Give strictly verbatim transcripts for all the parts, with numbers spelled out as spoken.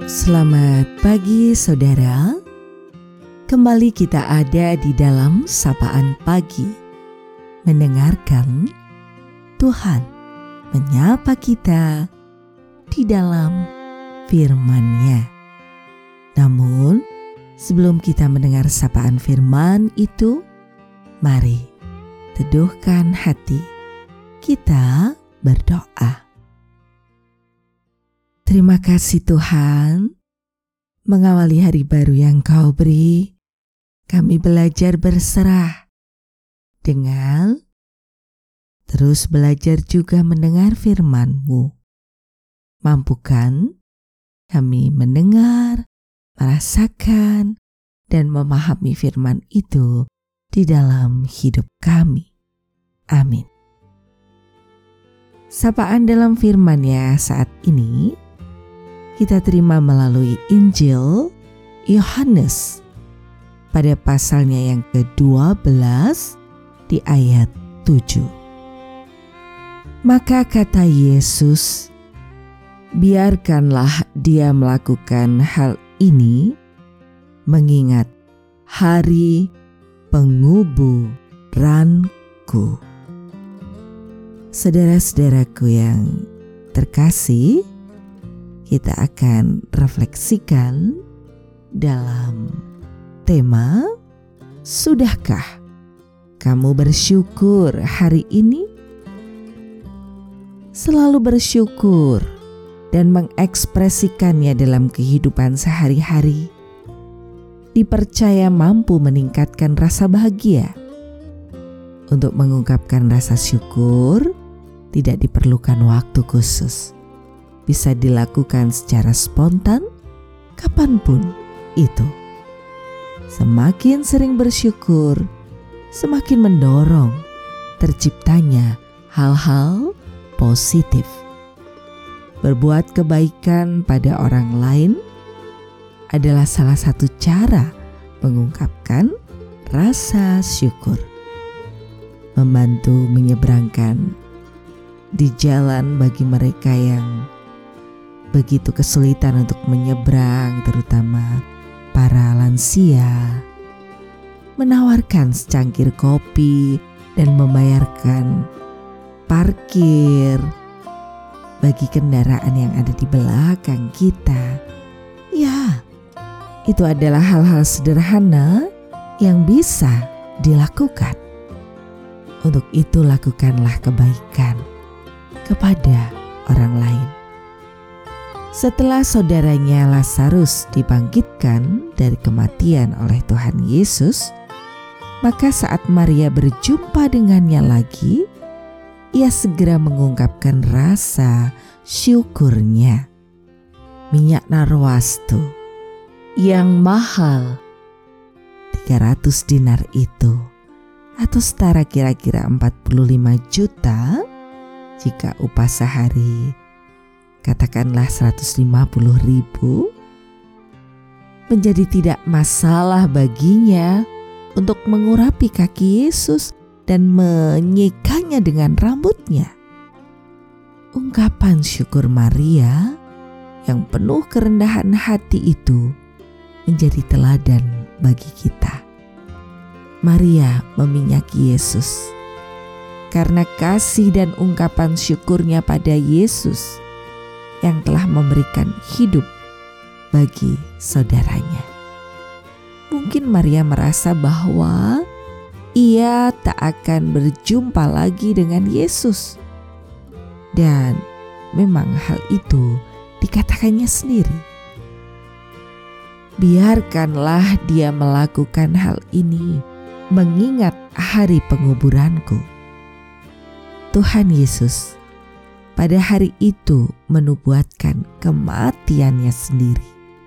Selamat pagi saudara. Kembali kita ada di dalam sapaan pagi, mendengarkan Tuhan menyapa kita di dalam firman-Nya. Namun sebelum kita mendengar sapaan firman itu, mari teduhkan hati, kita berdoa. Terima kasih Tuhan, mengawali hari baru yang Kau beri, kami belajar berserah dengan terus belajar juga mendengar firman-Mu. Mampukan kami mendengar, merasakan, dan memahami firman itu di dalam hidup kami. Amin. Sapaan dalam firman-Nya saat ini kita terima melalui Injil Yohanes pada pasalnya yang kedua belas di ayat tujuh. Maka kata Yesus, biarkanlah dia melakukan hal ini mengingat hari penguburanku. Saudara-saudaraku yang terkasih, kita akan refleksikan dalam tema, sudahkah kamu bersyukur hari ini? Selalu bersyukur dan mengekspresikannya dalam kehidupan sehari-hari dipercaya mampu meningkatkan rasa bahagia. Untuk mengungkapkan rasa syukur tidak diperlukan waktu khusus. Bisa dilakukan secara spontan kapanpun itu. Semakin sering bersyukur, semakin mendorong terciptanya hal-hal positif. Berbuat kebaikan pada orang lain adalah salah satu cara mengungkapkan rasa syukur. Membantu menyeberangkan di jalan bagi mereka yang begitu kesulitan untuk menyeberang, terutama para lansia. Menawarkan secangkir kopi dan membayarkan parkir bagi kendaraan yang ada di belakang kita. Ya, itu adalah hal-hal sederhana yang bisa dilakukan. Untuk itu lakukanlah kebaikan kepada orang lain. Setelah saudaranya Lazarus dibangkitkan dari kematian oleh Tuhan Yesus, maka saat Maria berjumpa dengannya lagi, ia segera mengungkapkan rasa syukurnya. Minyak narwastu yang mahal, tiga ratus dinar itu, atau setara kira-kira empat puluh lima juta jika upah sehari katakanlah seratus lima puluh ribu, menjadi tidak masalah baginya untuk mengurapi kaki Yesus dan menyikanya dengan rambutnya. Ungkapan syukur Maria yang penuh kerendahan hati itu menjadi teladan bagi kita. Maria meminyaki Yesus karena kasih dan ungkapan syukurnya pada Yesus yang telah memberikan hidup bagi saudaranya. Mungkin Maria merasa bahwa ia tak akan berjumpa lagi dengan Yesus. Dan memang hal itu dikatakannya sendiri. Biarkanlah dia melakukan hal ini mengingat hari penguburanku. Tuhan Yesus pada hari itu menubuatkan kematiannya sendiri.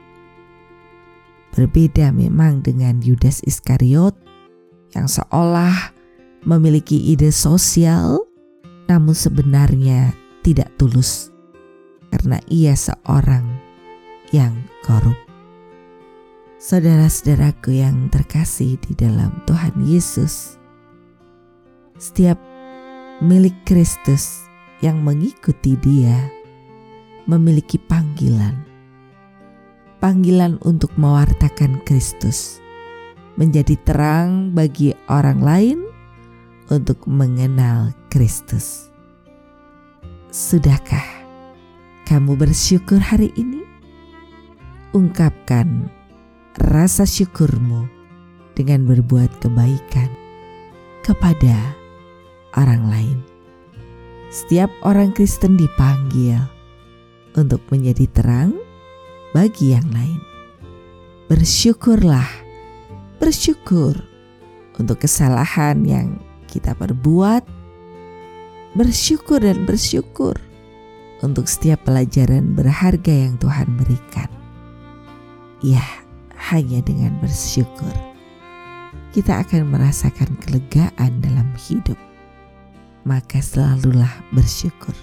Berbeda memang dengan Yudas Iskariot yang seolah memiliki ide sosial, namun sebenarnya tidak tulus karena ia seorang yang korup. Saudara-saudaraku yang terkasih di dalam Tuhan Yesus, setiap milik Kristus yang mengikuti Dia memiliki panggilan panggilan untuk mewartakan Kristus, menjadi terang bagi orang lain untuk mengenal Kristus. Sudahkah kamu bersyukur hari ini? Ungkapkan rasa syukurmu dengan berbuat kebaikan kepada orang lain. Setiap orang Kristen dipanggil untuk menjadi terang bagi yang lain. Bersyukurlah, bersyukur untuk kesalahan yang kita perbuat. Bersyukur dan bersyukur untuk setiap pelajaran berharga yang Tuhan berikan. Ya, hanya dengan bersyukur kita akan merasakan kelegaan dalam hidup. Maka selalulah bersyukur.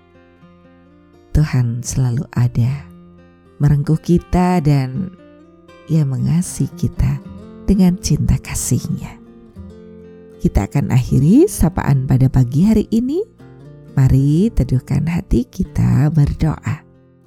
Tuhan selalu ada, merengkuh kita dan Ia mengasihi kita dengan cinta kasih-Nya. Kita akan akhiri sapaan pada pagi hari ini. Mari teduhkan hati kita berdoa.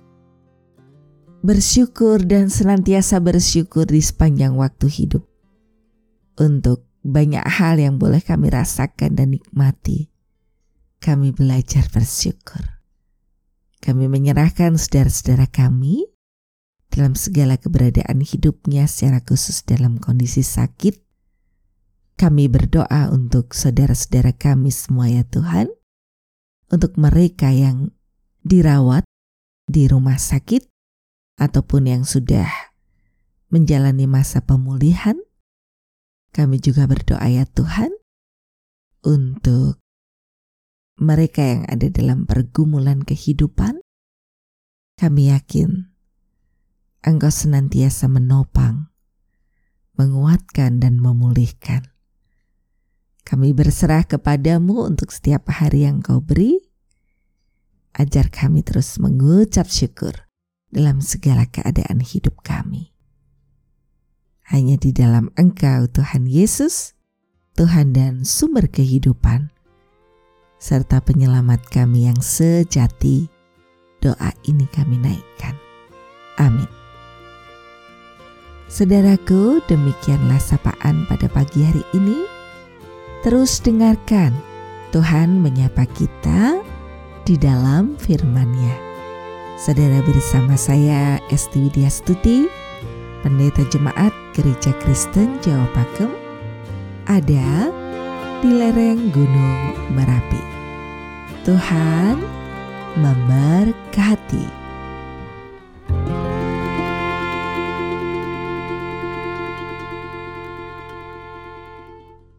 Bersyukur dan senantiasa bersyukur di sepanjang waktu hidup. Untuk banyak hal yang boleh kami rasakan dan nikmati, kami belajar bersyukur. Kami menyerahkan saudara-saudara kami dalam segala keberadaan hidupnya, secara khusus dalam kondisi sakit. Kami berdoa untuk saudara-saudara kami semua ya Tuhan, untuk mereka yang dirawat di rumah sakit ataupun yang sudah menjalani masa pemulihan. Kami juga berdoa ya Tuhan untuk mereka yang ada dalam pergumulan kehidupan. Kami yakin Engkau senantiasa menopang, menguatkan dan memulihkan. Kami berserah kepadamu untuk setiap hari yang Kau beri. Ajar kami terus mengucap syukur dalam segala keadaan hidup kami. Hanya di dalam Engkau Tuhan Yesus, Tuhan dan sumber kehidupan, serta penyelamat kami yang sejati, doa ini kami naikkan. Amin. Saudaraku, demikianlah sapaan pada pagi hari ini. Terus dengarkan Tuhan menyapa kita di dalam firman-Nya. Saudara, bersama saya Esti Widyastuti, Pendeta Jemaat Gereja Kristen Jawa Pakem, ada di lereng Gunung Merapi. Tuhan memberkati.